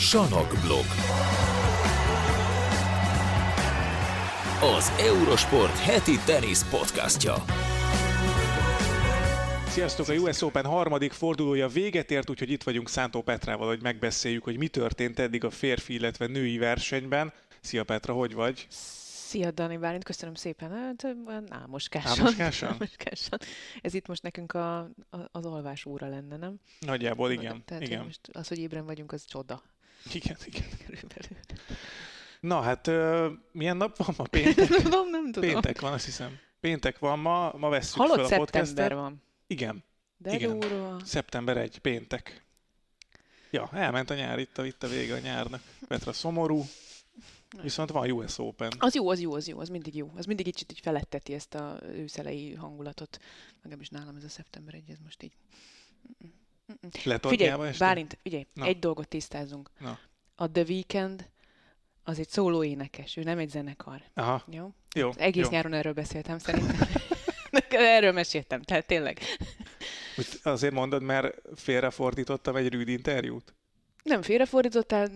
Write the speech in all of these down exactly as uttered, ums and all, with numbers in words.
Sanokblog. Az Eurosport heti tenisz podcastja. Sziasztok! A U S Open harmadik fordulója véget ért, úgyhogy itt vagyunk Szántó Petrával, hogy megbeszéljük, hogy mi történt eddig a férfi, illetve női versenyben. Szia Petra, hogy vagy? Szia Dani Bálint, köszönöm szépen. Hát, álmoskásan. Álmoskásan? Álmoskásan. Ez itt most nekünk a, a, az alvás óra lenne, nem? Nagyjából igen. Tehát igen. Most az, hogy ébren vagyunk, az csoda. Igen, igen. Körülbelül. Na hát, uh, milyen nap van ma? Péntek? Nem tudom, nem tudom. Péntek van, azt hiszem. Péntek van ma, ma vesszük Hallott, fel a podcastet. szeptember van. Igen. De igen. durva. szeptember elseje, péntek. Ja, elment a nyár, itt a, itt a vége a nyárnak. Petra szomorú, viszont van U S Open. Az jó, az jó, az jó, az mindig jó. Az mindig kicsit így feletteti ezt a őszelei hangulatot. Legalábbis nálam ez a szeptember elseje, ez most így... Figyelj, Bálint, figyelj, Na. egy dolgot tisztázunk. Na. A The Weeknd az egy szóló énekes, ő nem egy zenekar. Aha. Jó? Jó. Egész jó. nyáron erről beszéltem szerintem. Erről meséltem, tehát tényleg. Úgy azért mondod, mert félrefordítottam egy rűd interjút? Nem félrefordítottál,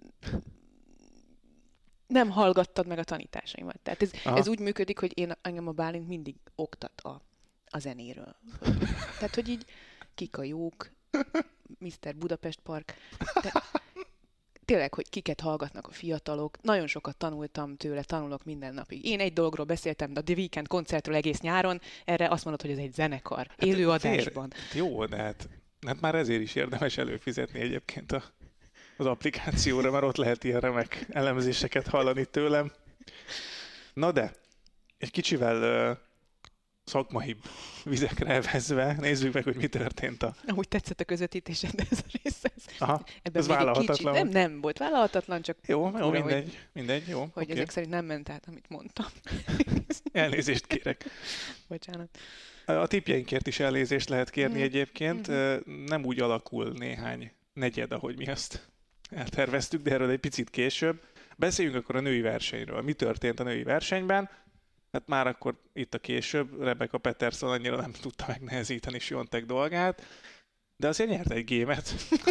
nem hallgattad meg a tanításaimat. Tehát ez, ez úgy működik, hogy én engem a Bálint mindig oktat a, a zenéről. Tehát, hogy így kik a jók, miszter Budapest Park. De tényleg, hogy kiket hallgatnak a fiatalok. Nagyon sokat tanultam tőle, tanulok minden napig. Én egy dologról beszéltem, de a The Weeknd koncertről egész nyáron, erre azt mondod, hogy ez egy zenekar, hát élő adásban. Fér, jó, de hát, hát már ezért is érdemes előfizetni egyébként a, az applikációra, mert ott lehet ilyen remek elemzéseket hallani tőlem. Na de, egy kicsivel uh, szakmaibb vizekre elvezve, nézzük meg, hogy mi történt a... Ahogy tetszett a közvetítésed, de ez a rész. Ez, Aha, ez vállalhatatlan. Nem, nem volt vállalhatatlan, csak... Jó, jó ura, mindegy, hogy, mindegy, jó. Hogy okay. ezek szerint nem ment át, amit mondtam. Elnézést kérek. Bocsánat. A tippjeinkért is elnézést lehet kérni mm. egyébként. Mm-hmm. Nem úgy alakul néhány negyed, ahogy mi azt elterveztük, de erről egy picit később. Beszéljünk akkor a női versenyről. Mi történt a női versenyben? Hát már akkor itt a később, Rebecca Peterson annyira nem tudta megnehezíteni Swiatek dolgát, de azért nyert egy gémet.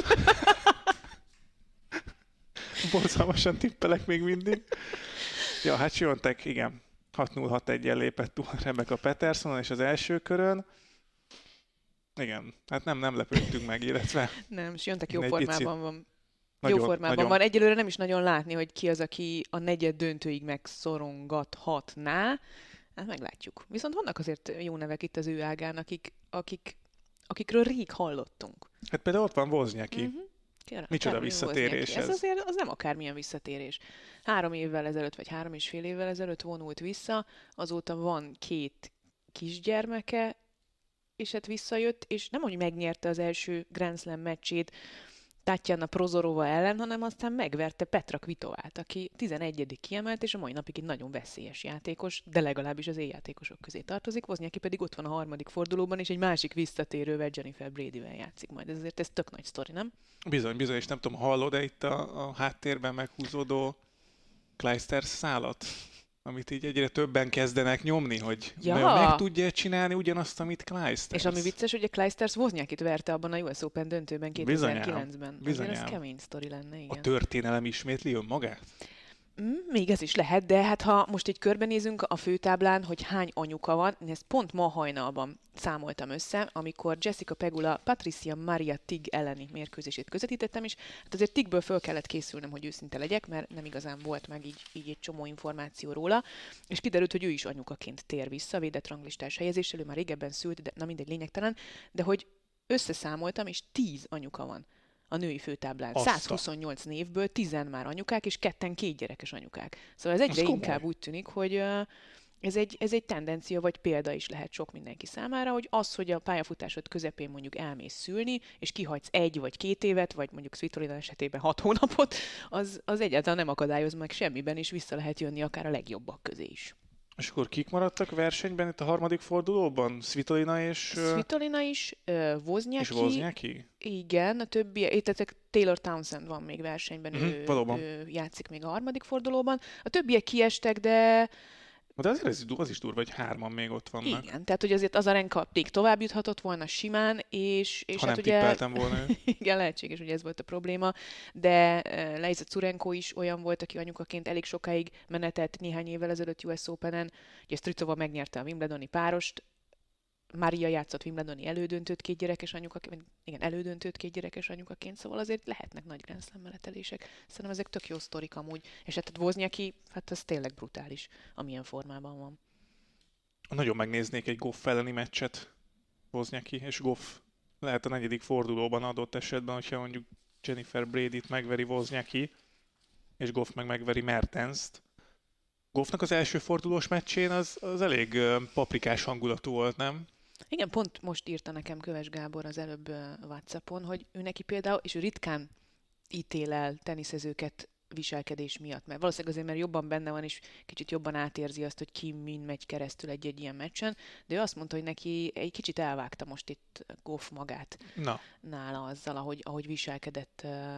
Borzalmasan tippelek még mindig. Ja, hát Swiatek, igen, hat null hat egyen lépett túl Rebecca Petersonon, és az első körön, igen, hát nem, nem lepődtünk meg, illetve... Nem, Swiatek jó formában picit... van. Nagyon, Jó formában nagyon. van. Egyelőre nem is nagyon látni, hogy ki az, aki a negyed döntőig megszorongathatná. Hát meglátjuk. Viszont vannak azért jó nevek itt az ő ágán, akik, akik, akikről rég hallottunk. Hát például ott van Wozniacki. Uh-huh. Kérem, Micsoda visszatérés ez. Ez azért az nem akármilyen visszatérés. Három évvel ezelőtt, vagy három és fél évvel ezelőtt vonult vissza, azóta van két kisgyermeke, és hát visszajött, és nem, hogy megnyerte az első Grand Slam meccsét Tatjana Prozorova ellen, hanem aztán megverte Petra Kvitovát, aki tizenegyedik kiemelt, és a mai napig egy nagyon veszélyes játékos, de legalábbis az éjjátékosok közé tartozik. Wozniacki pedig ott van a harmadik fordulóban, és egy másik visszatérővel, Jennifer Bradyvel játszik majd. Ez azért ez tök nagy sztori, nem? Bizony, bizony, és nem tudom, hallod-e itt a, a háttérben meghúzódó Clijsters szálat? Amit így egyre többen kezdenek nyomni, hogy ja. meg tudja csinálni ugyanazt, amit Clijsters. És ami vicces, hogy a Clijsters Wozniackit verte abban a U S Open döntőben kétezer-kilencben. Bizonyám. Azért ez kemény sztori lenne, igen. A történelem ismétli önmagát? Mm, még ez is lehet, de hát ha most így körbenézünk a főtáblán, hogy hány anyuka van, ezt pont ma hajnalban számoltam össze, amikor Jessica Pegula Patricia Maria Tig elleni mérkőzését közvetítettem, és hát azért Tigből föl kellett készülnem, hogy őszinte legyek, mert nem igazán volt meg így, így egy csomó információ róla, és kiderült, hogy ő is anyukaként tér vissza, védett ranglistás helyezéssel, ő már régebben szült, de na mindegy, lényegtelen, de hogy összeszámoltam, és tíz anyuka van a női főtáblán. Azta. százhuszonnyolc névből tizen már anyukák, és ketten kétgyerekes anyukák. Szóval ez egyre az inkább úgy tűnik, hogy uh, ez, egy, ez egy tendencia, vagy példa is lehet sok mindenki számára, hogy az, hogy a pályafutásod közepén mondjuk elmész szülni, és kihagysz egy vagy két évet, vagy mondjuk Svitolina esetében hat hónapot, az, az egyáltalán nem akadályoz meg semmiben, és vissza lehet jönni akár a legjobbak közé is. És akkor kik maradtak versenyben itt a harmadik fordulóban? Svitolina és... Svitolina is, uh, Wozniacki. És Wozniacki? Igen, a többi, tehát Taylor Townsend van még versenyben, Uh-huh, ő, valóban. ő játszik még a harmadik fordulóban. A többiek kiestek, de De azért ez, az is durva, hogy hárman még ott vannak. Igen, tehát hogy azért Azarenka még tovább juthatott volna simán, és, és ha hát nem ugye... tippeltem volna ő. Igen, lehetséges, hogy ez volt a probléma, de uh, Leiza Curenko is olyan volt, aki anyukaként elég sokáig menetett néhány évvel ezelőtt U S Openen. Ugye Strycova megnyerte a Wimbledoni párost, Mária játszott Wimbledoni elődöntőt két gyerekes anyukaként, igen, elődöntőt két gyerekes anyukaként, szóval azért lehetnek nagy Grand Slam menetelések. Szerintem ezek tök jó sztorik amúgy. És hát Wozniacki, hát ez tényleg brutális, amilyen formában van. Nagyon megnéznék egy Goff elleni meccset, Wozniacki és Goff. Lehet a negyedik fordulóban adott esetben, hogyha mondjuk Jennifer Brady-t megveri Wozniacki, és Goff meg megveri Mertenst. Goffnak az első fordulós meccsén az, az elég paprikás hangulatú volt, nem? Igen, pont most írta nekem Köves Gábor az előbb WhatsAppon, hogy ő neki például, és ő ritkán ítél el teniszezőket viselkedés miatt, mert valószínűleg azért, mert jobban benne van, és kicsit jobban átérzi azt, hogy ki min megy keresztül egy-egy ilyen meccsen, de ő azt mondta, hogy neki egy kicsit elvágta most itt Goff magát Na. nála azzal, ahogy, ahogy viselkedett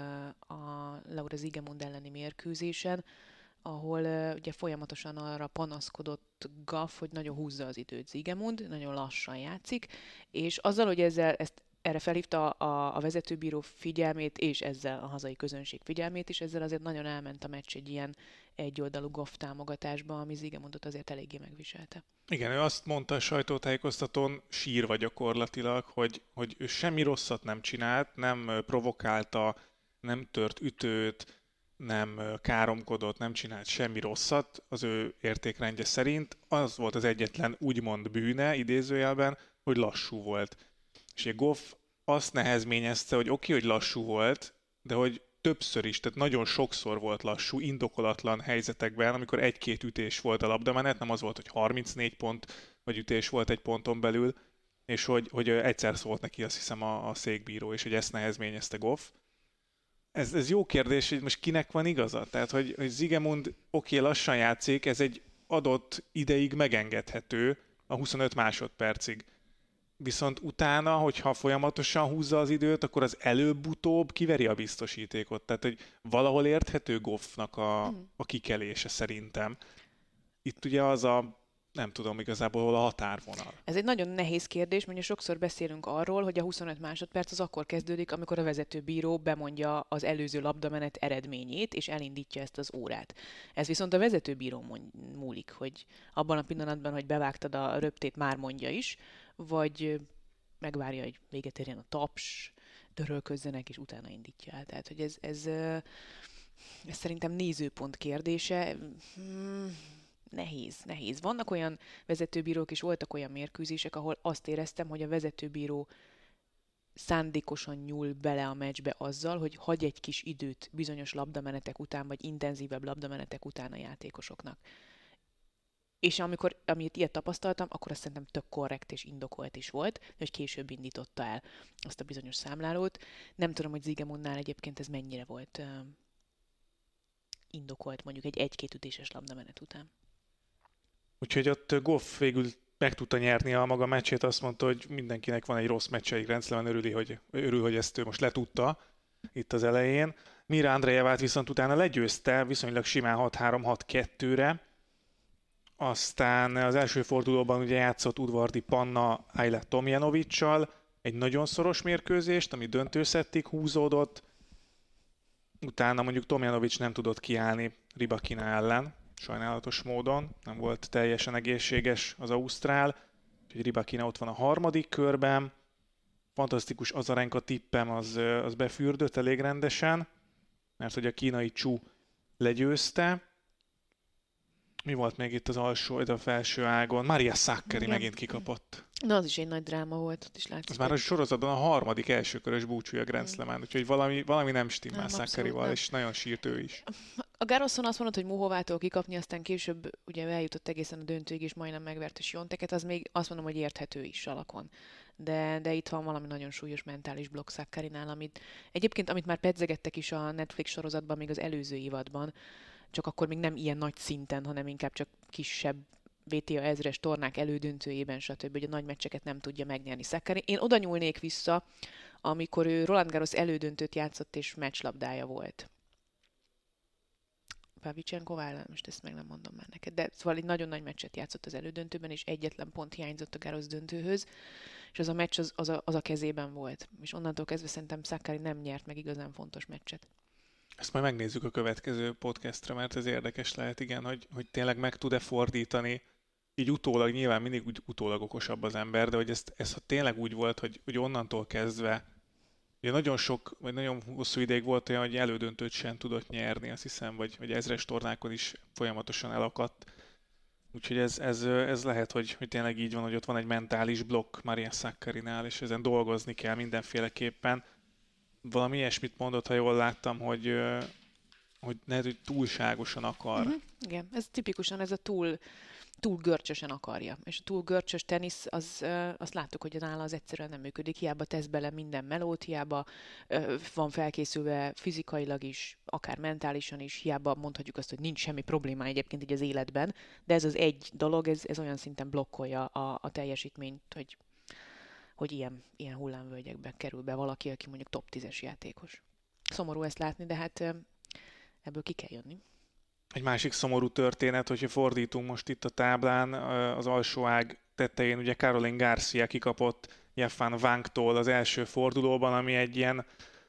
a Laura Siegemund elleni mérkőzésen, ahol uh, ugye folyamatosan arra panaszkodott Gaff, hogy nagyon húzza az időt Siegemund, nagyon lassan játszik, és azzal, hogy ezzel ezt erre felhívta a, a vezetőbíró figyelmét, és ezzel a hazai közönség figyelmét is, ezzel azért nagyon elment a meccs egy ilyen egyoldalú Goff támogatásba, ami Siegemundot azért eléggé megviselte. Igen, ő azt mondta a sajtótájékoztatón sírva gyakorlatilag, hogy, hogy ő semmi rosszat nem csinált, nem provokálta, nem tört ütőt, nem káromkodott, nem csinált semmi rosszat az ő értékrendje szerint. Az volt az egyetlen úgymond bűne, idézőjelben, hogy lassú volt. És egy Goff azt nehezményezte, hogy oké, okay, hogy lassú volt, de hogy többször is, tehát nagyon sokszor volt lassú, indokolatlan helyzetekben, amikor egy-két ütés volt a labdamenet, nem az volt, hogy harmincnégy pont vagy ütés volt egy ponton belül, és hogy, hogy egyszer szólt neki, azt hiszem, a, a székbíró, és hogy ezt nehezményezte Goff. Ez, ez jó kérdés, hogy most kinek van igaza? Tehát, hogy, hogy Siegemund oké, okay, lassan játszik, ez egy adott ideig megengedhető, a huszonöt másodpercig. Viszont utána, hogyha folyamatosan húzza az időt, akkor az előbb-utóbb kiveri a biztosítékot. Tehát, hogy valahol érthető Goffnak a, a kikelése szerintem. Itt ugye az a, nem tudom igazából, hol a határvonal. Ez egy nagyon nehéz kérdés, mert sokszor beszélünk arról, hogy a huszonöt másodperc az akkor kezdődik, amikor a vezetőbíró bemondja az előző labdamenet eredményét, és elindítja ezt az órát. Ez viszont a vezetőbíró múlik, hogy abban a pillanatban, hogy bevágtad a röptét, már mondja is, vagy megvárja, hogy véget érjen a taps, dörölközzenek, és utána indítja el. Tehát, hogy ez, ez, ez szerintem nézőpont kérdése. Hmm, nehéz, nehéz. Vannak olyan vezetőbírók, és voltak olyan mérkőzések, ahol azt éreztem, hogy a vezetőbíró szándékosan nyúl bele a meccsbe azzal, hogy hagy egy kis időt bizonyos labdamenetek után, vagy intenzívebb labdamenetek után a játékosoknak. És amikor, amit ilyet tapasztaltam, akkor azt szerintem tök korrekt és indokolt is volt, hogy később indította el azt a bizonyos számlálót. Nem tudom, hogy Siegemundnál egyébként ez mennyire volt uh, indokolt mondjuk egy egy-két ütéses labdamenet után. Úgyhogy ott Goff végül meg tudta nyerni a maga meccsét, azt mondta, hogy mindenkinek van egy rossz meccse, egy Grand Slamen, örüli, hogy, örül, hogy ezt ő most letudta itt az elején. Mira Andreevát viszont utána legyőzte viszonylag simán hat három hat kettőre. Aztán az első fordulóban ugye játszott udvardi Panna Ajla Tomjanovic-sal egy nagyon szoros mérkőzést, ami döntőszettig húzódott. Utána mondjuk Tomjanovic nem tudott kiállni Rybakina ellen, sajnálatos módon, nem volt teljesen egészséges az ausztrál, úgyhogy Rybakina ott van a harmadik körben. Fantasztikus Azarenka tippem az, az befürdött elég rendesen, mert hogy a kínai Chu legyőzte. Mi volt még itt az alsó, a felső ágon? Maria Sakkari Igen. megint kikapott. Na, az is egy nagy dráma volt, ott is látszik. Ez már a sorozatban a harmadik elsőkörös búcsúja Grand Slamen, úgyhogy valami, valami nem stimmel Sakkarival, és nagyon sírt ő is. A Garrosson azt mondott, hogy Muhovától kikapni, aztán később ugye eljutott egészen a döntőig, és majdnem megverte Sionteket, az még azt mondom, hogy érthető is alakon. De, de itt van valami nagyon súlyos mentális blokk Sakkarinál, amit egyébként, amit már pedzegettek is a Netflix sorozatban, még az előző évadban, csak akkor még nem ilyen nagy szinten, hanem inkább csak kisebb vé té á ezres tornák elődöntőjében, stb., hogy a nagy meccseket nem tudja megnyerni Sakkari. Én oda nyúlnék vissza, amikor ő Roland Garros elődöntőt játszott, és meccslabdája volt. Pavlyuchenkova ellen, most ezt meg nem mondom már neked, de szóval egy nagyon nagy meccset játszott az elődöntőben, és egyetlen pont hiányzott a Garros döntőhöz, és az a meccs az, az, a, az a kezében volt. És onnantól kezdve szerintem Sakkari nem nyert meg igazán fontos meccset. Ezt majd megnézzük a következő podcastra, mert ez érdekes lehet, igen, hogy, hogy tényleg meg tud-e fordítani. Így utólag, nyilván mindig úgy utólag okosabb az ember, de hogy ez, ez ha tényleg úgy volt, hogy, hogy onnantól kezdve, ugye nagyon sok, vagy nagyon hosszú ideig volt olyan, hogy elődöntőt sem tudott nyerni, azt hiszem, vagy, vagy ezres tornákon is folyamatosan elakadt. Úgyhogy ez, ez, ez lehet, hogy, hogy tényleg így van, hogy ott van egy mentális blokk Maria Sakkarinál, és ezen dolgozni kell mindenféleképpen. Valami ilyesmit mondott, ha jól láttam, hogy, hogy lehet, hogy túlságosan akar. Uh-huh. Igen, ez tipikusan ez a túl, túl görcsösen akarja. És a túl görcsös tenisz, az, azt láttuk, hogy nála az egyszerűen nem működik. Hiába tesz bele minden melót, hiába van felkészülve fizikailag is, akár mentálisan is, hiába mondhatjuk azt, hogy nincs semmi probléma egyébként így az életben, de ez az egy dolog, ez, ez olyan szinten blokkolja a, a teljesítményt, hogy hogy ilyen, ilyen hullámvölgyekbe kerül be valaki, aki mondjuk top tízes játékos. Szomorú ezt látni, de hát ebből ki kell jönni. Egy másik szomorú történet, hogyha fordítunk most itt a táblán, az alsó ág tetején ugye Caroline Garcia kikapott Yafan Wangtól az első fordulóban, ami egy ilyen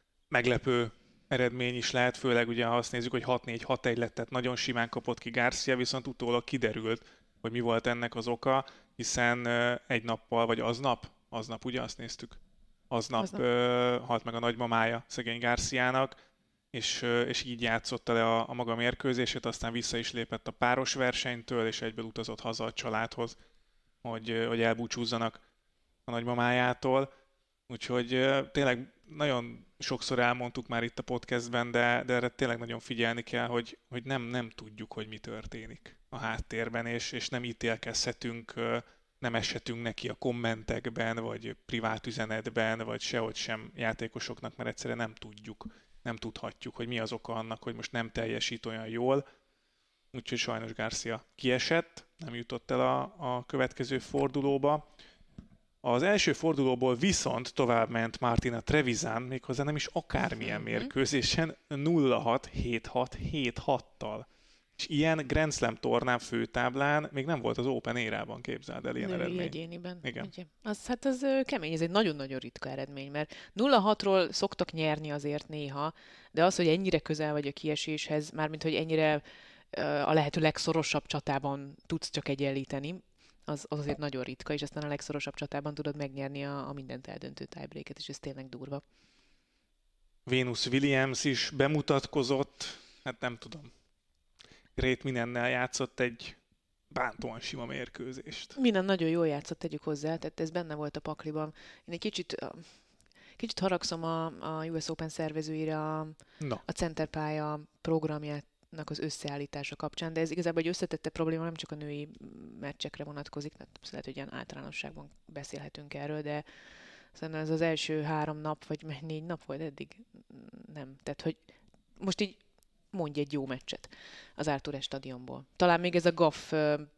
meglepő eredmény is lehet, főleg ugye ha azt nézzük, hogy hat négy hat egy lett, tehát nagyon simán kapott ki Garcia, viszont utólag kiderült, hogy mi volt ennek az oka, hiszen egy nappal, vagy aznap, aznap ugye azt néztük, aznap, aznap. Ö, halt meg a nagymamája szegény Garciának, és, és így játszotta le a, a maga mérkőzését, aztán vissza is lépett a páros versenytől, és egyből utazott haza a családhoz, hogy, hogy elbúcsúzzanak a nagymamájától. Úgyhogy tényleg nagyon sokszor elmondtuk már itt a podcastben, de, de erre tényleg nagyon figyelni kell, hogy, hogy nem, nem tudjuk, hogy mi történik a háttérben, és, és nem ítélkezhetünk, nem eshetünk neki a kommentekben, vagy privát üzenetben, vagy sehogy sem játékosoknak, mert egyszerűen nem tudjuk, nem tudhatjuk, hogy mi az oka annak, hogy most nem teljesít olyan jól. Úgyhogy sajnos Garcia kiesett, nem jutott el a, a következő fordulóba. Az első fordulóból viszont továbbment Martina Trevisan, méghozzá nem is akármilyen mérkőzésen, nulla hat hét hat hét hattal. És ilyen Grand Slam tornán főtáblán még nem volt az Open érában, képzeld el ilyen Női eredmény. egyéniben. Igen. Ugye. Az, hát az kemény, ez egy nagyon-nagyon ritka eredmény, mert nulla hatról szoktak nyerni azért néha, de az, hogy ennyire közel vagy a kieséshez, mármint hogy ennyire a lehető legszorosabb csatában tudsz csak egyenlíteni, az, az azért nagyon ritka, és aztán a legszorosabb csatában tudod megnyerni a, a mindent eldöntő tiebreaket, és ez tényleg durva. Venus Williams is bemutatkozott, hát nem tudom. Great Minennel játszott egy bántóan sima mérkőzést. Minden nagyon jól játszott, tegyük hozzá, tehát ez benne volt a pakliban. Én egy kicsit, kicsit haragszom a, a U S Open szervezőire a, no. a centerpálya programját, az összeállítása kapcsán, de ez igazából egy összetette probléma, nem csak a női meccsekre vonatkozik, tehát lehet, hogy ilyen általánosságban beszélhetünk erről, de szerintem ez az első három nap, vagy négy nap volt eddig? Nem. Tehát, hogy most így mondj egy jó meccset az Arthur stadionból. Talán még ez a Gaff...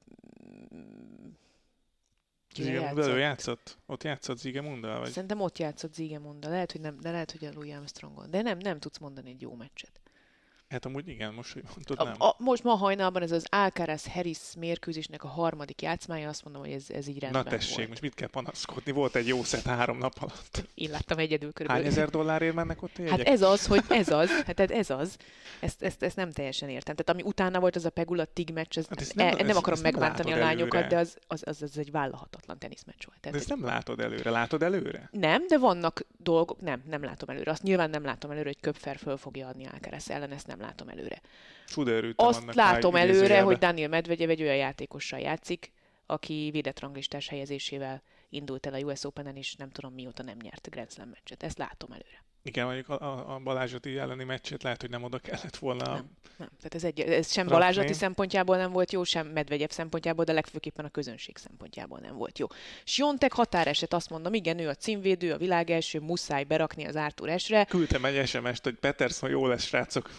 Zigemundal játszott? Ott játszott Zigemundal? Vagy? Szerintem ott játszott Zigemundal. Lehet, hogy nem, de lehet, hogy a Louis Armstrongon. De nem, nem tudsz mondani egy jó meccset. Hát amúgy igen, most, hogy mondtad, nem. A, a, most ma hajnalban ez az Alcaraz-Harris mérkőzésnek a harmadik játszmája, azt mondom, hogy ez, ez így rendben Na tessék, volt. Most mit kell panaszkodni? Volt egy jó szett három nap alatt. Én láttam egyedül körülbelül. Hány ezer dollárért mennek ott a jegyek? Hát ez az, hogy ez az, hát ez az. Ezt, ezt, ezt nem teljesen értem. Tehát ami utána volt az a Pegula Tig meccs, ez, hát nem, nem, nem akarom megbántani a lányokat, előre. de az, az, az, az egy vállalhatatlan teniszmeccs volt. Tehát, de ezt nem látod előre. Látod előre? Nem, de vannak dolgok, nem, nem látom előre. Azt nyilván nem látom előre, hogy Köpfer föl fogja adni Alcaraz ellen, ezt nem látom előre. Azt látom előre, hogy Daniil Medvegyev egy olyan játékossal játszik, aki védett ranglistás helyezésével indult el a U S Openen, és nem tudom mióta nem nyert Grand Slam meccset. Ezt látom előre. Igen, mondjuk a, a Balázsati elleni meccset lehet, hogy nem oda kellett volna. Nem, nem. Tehát ez, egy, ez sem rakni. Balázsati szempontjából nem volt jó, sem Medvegyev szempontjából, de legfőképpen a közönség szempontjából nem volt jó. Swiatek határeset, azt mondom, igen, ő a címvédő, a világ első, muszáj berakni az Arthur Ashe-re. Küldtem egy es em est, hogy Peterson jó lesz, srácok.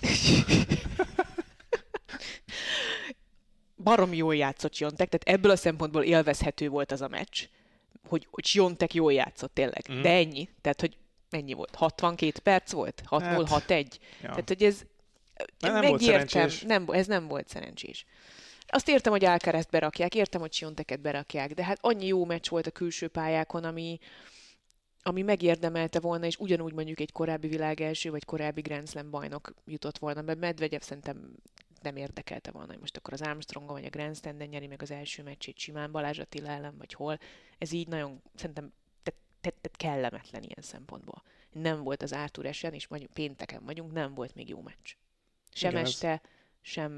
Baromi jól játszott Swiatek, tehát ebből a szempontból élvezhető volt az a meccs, hogy, hogy Swiatek jól játszott tényleg. Mm. De ennyi. Tehát, hogy ennyi volt. hatvankét perc volt? hat null, hat egy. Ja. Tehát, hogy ez Nem, nem volt szerencsés. Nem, ez nem volt szerencsés. Azt értem, hogy Alcarazt berakják, értem, hogy Sionteket berakják, de hát annyi jó meccs volt a külső pályákon, ami, ami megérdemelte volna, és ugyanúgy mondjuk egy korábbi világ első, vagy korábbi Grand Slam bajnok jutott volna, mert Medvegyev szerintem nem érdekelte volna, hogy most akkor az Armstrongon vagy a Grand Slam-en nyeri meg az első meccsét simán Balázs Attila ellen, vagy hol. Ez így nagyon, szerintem te, te, te kellemetlen ilyen szempontból. Nem volt az Arthur Ashe-en, és mondjuk pénteken vagyunk, nem volt még jó meccs. Sem Igen, este, ez... sem,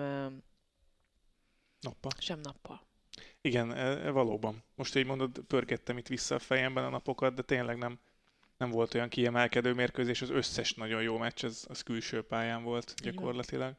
nappal. sem nappal. Igen, e, valóban. Most így mondod, pörgettem itt vissza a fejemben a napokat, de tényleg nem, nem volt olyan kiemelkedő mérkőzés, az összes nagyon jó meccs, az, az külső pályán volt gyakorlatilag.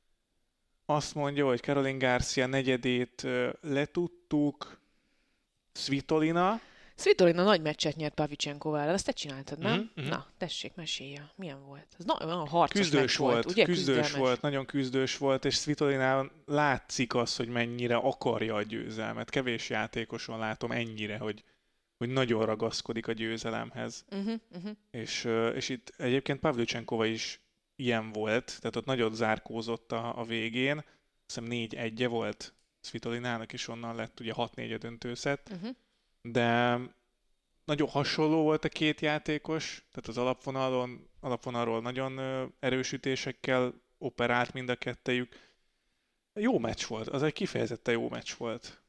Azt mondja, hogy Caroline Garcia negyedét letudtuk, Svitolina. Svitolina nagy meccset nyert Pavlyuchenkóval ellen, azt te csináltad, nem? Mm-hmm. Na, tessék, mesélj, milyen volt? Ez nagyon harcos küzdős volt, volt, ugye? Küzdős Küzdelmes. volt, nagyon küzdős volt, és Svitolinán látszik az, hogy mennyire akarja a győzelmet. Kevés játékoson látom ennyire, hogy, hogy nagyon ragaszkodik a győzelemhez. Uh-huh, uh-huh. És, és itt egyébként Pavlyuchenkova is ilyen volt, tehát ott nagyon zárkózott a, a végén. Azt hiszem négy egye volt Svitolinának, és onnan lett ugye hat négy a döntőszett. Uh-huh. De nagyon hasonló volt a két játékos, tehát az alapvonalon, alapvonalról nagyon erős ütésekkel operált mind a kettejük. Jó meccs volt, az egy kifejezetten jó meccs volt.